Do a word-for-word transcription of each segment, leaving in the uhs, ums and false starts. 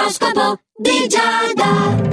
L'oroscopo di Giada.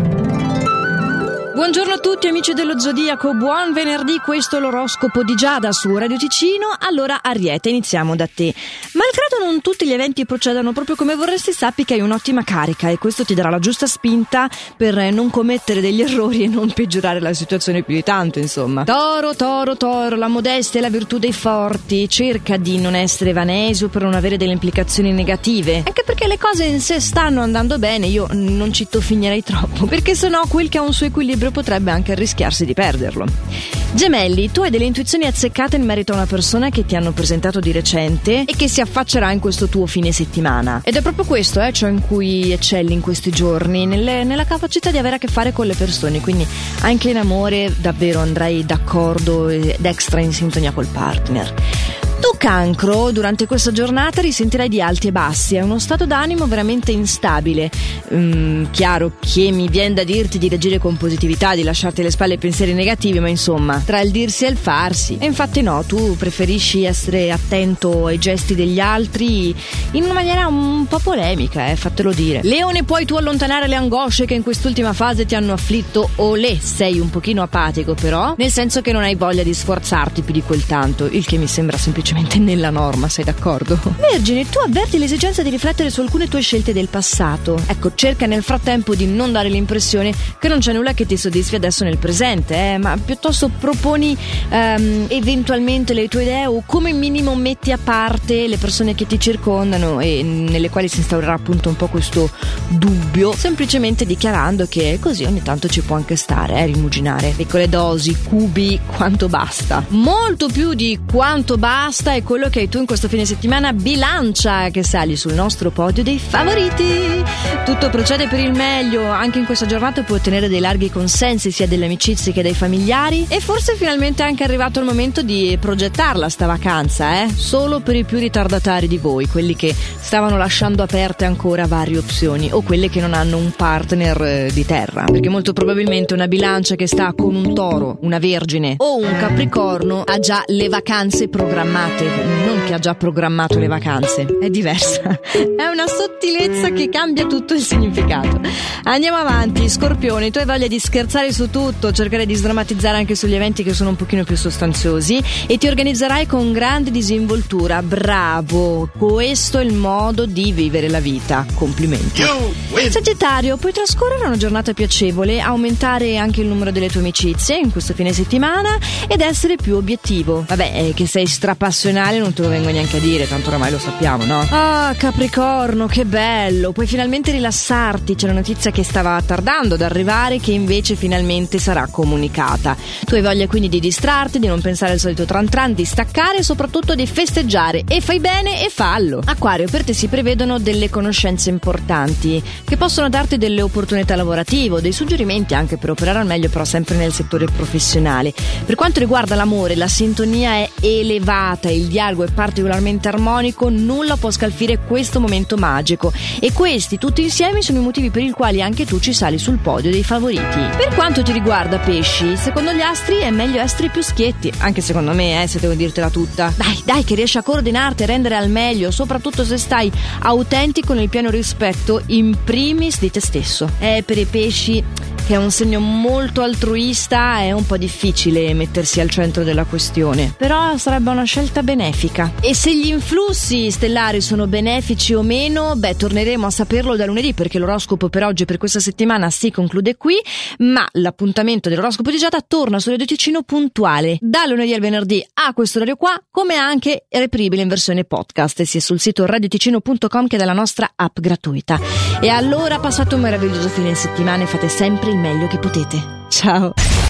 Buongiorno a tutti amici dello Zodiaco, buon venerdì, questo è l'oroscopo di Giada su Radio Ticino. Allora Ariete, iniziamo da te. Malgrado non tutti gli eventi procedano proprio come vorresti, sappi che hai un'ottima carica e questo ti darà la giusta spinta per non commettere degli errori e non peggiorare la situazione più di tanto, insomma. Toro, toro, toro, la modestia è la virtù dei forti, cerca di non essere vanesio per non avere delle implicazioni negative, anche perché le cose in sé stanno andando bene, io non ci toffinerei troppo, perché sennò quel che ha un suo equilibrio potrebbe anche rischiarsi di perderlo. Gemelli, tu hai delle intuizioni azzeccate in merito a una persona che ti hanno presentato di recente e che si affaccerà in questo tuo fine settimana. Ed è proprio questo, eh, ciò in cui eccelli in questi giorni, nelle, nella capacità di avere a che fare con le persone, quindi anche in amore davvero andrai d'accordo ed extra in sintonia col partner. Tu Cancro, durante questa giornata risentirai di alti e bassi, è uno stato d'animo veramente instabile. Mm, chiaro che mi viene da dirti di reagire con positività, di lasciarti alle spalle pensieri negativi, ma insomma, tra il dirsi e il farsi. E infatti no, tu preferisci essere attento ai gesti degli altri in una maniera un po' polemica, eh, fatelo dire. Leone, puoi tu allontanare le angosce che in quest'ultima fase ti hanno afflitto, olè, sei un pochino apatico però, nel senso che non hai voglia di sforzarti più di quel tanto, il che mi sembra semplicemente nella norma, sei d'accordo? Vergine, tu avverti l'esigenza di riflettere su alcune tue scelte del passato. Ecco, cerca nel frattempo di non dare l'impressione che non c'è nulla che ti soddisfi adesso nel presente, eh, ma piuttosto proponi um, eventualmente le tue idee o come minimo metti a parte le persone che ti circondano e nelle quali si instaurerà appunto un po' questo dubbio, semplicemente dichiarando che così ogni tanto ci può anche stare, eh, rimuginare. Piccole dosi, cubi, quanto basta. Molto più di quanto basta è quello che hai tu in questo fine settimana. Bilancia, che sali sul nostro podio dei favoriti. Tutto procede per il meglio, anche in questa giornata puoi ottenere dei larghi consensi sia delle amicizie che dai familiari e forse finalmente è anche arrivato il momento di progettarla sta vacanza, eh? Solo per i più ritardatari di voi, quelli che stavano lasciando aperte ancora varie opzioni o quelle che non hanno un partner eh, di terra, perché molto probabilmente una Bilancia che sta con un Toro, una Vergine o un Capricorno ha già le vacanze programmate, non che ha già programmato le vacanze, è diversa, è una sottilezza che cambia tutto il significato. Andiamo avanti. Scorpione, tu hai voglia di scherzare su tutto, cercare di sdrammatizzare anche sugli eventi che sono un pochino più sostanziosi e ti organizzerai con grande disinvoltura. Bravo, questo è il modo di vivere la vita, complimenti. Sagittario, puoi trascorrere una giornata piacevole, aumentare anche il numero delle tue amicizie in questo fine settimana ed essere più obiettivo. Vabbè, che sei strapassionale non te lo vengo neanche a dire, tanto oramai lo sappiamo, no? Ah, Capricorno, che bello, puoi finalmente rilassarti, c'è una notizia che stava tardando ad arrivare che invece finalmente sarà comunicata. Tu hai voglia quindi di distrarti, di non pensare al solito tran tran, di staccare e soprattutto di festeggiare, e fai bene e fallo. Acquario, per te si prevedono delle conoscenze importanti che possono darti delle opportunità lavorative, dei suggerimenti anche per operare al meglio, però sempre nel settore professionale. Per quanto riguarda l'amore, la sintonia è elevata, il dialogo è particolarmente armonico, nulla può scalfire questo momento magico e questi tutti insieme sono i motivi per i quali anche tu ci sali sul podio dei favoriti. Per quanto ti riguarda pesci, secondo gli astri è meglio essere più schietti, anche secondo me, eh, se devo dirtela tutta. Dai, dai, che riesci a coordinarti e rendere al meglio, soprattutto se stai autentico nel pieno rispetto in primis di te stesso. Eh, per i pesci, che è un segno molto altruista, è un po' difficile mettersi al centro della questione, però sarebbe una scelta benefica. E se gli influssi stellari sono benefici o meno, beh, torneremo a saperlo da lunedì, perché l'oroscopo per oggi e per questa settimana si conclude qui, ma l'appuntamento dell'oroscopo di Giada torna su Radio Ticino puntuale da lunedì al venerdì a questo orario qua, come anche reperibile in versione podcast sia sul sito radioticino punto com che dalla nostra app gratuita. E allora passate un meraviglioso fine settimana e fate sempre il meglio che potete. Ciao!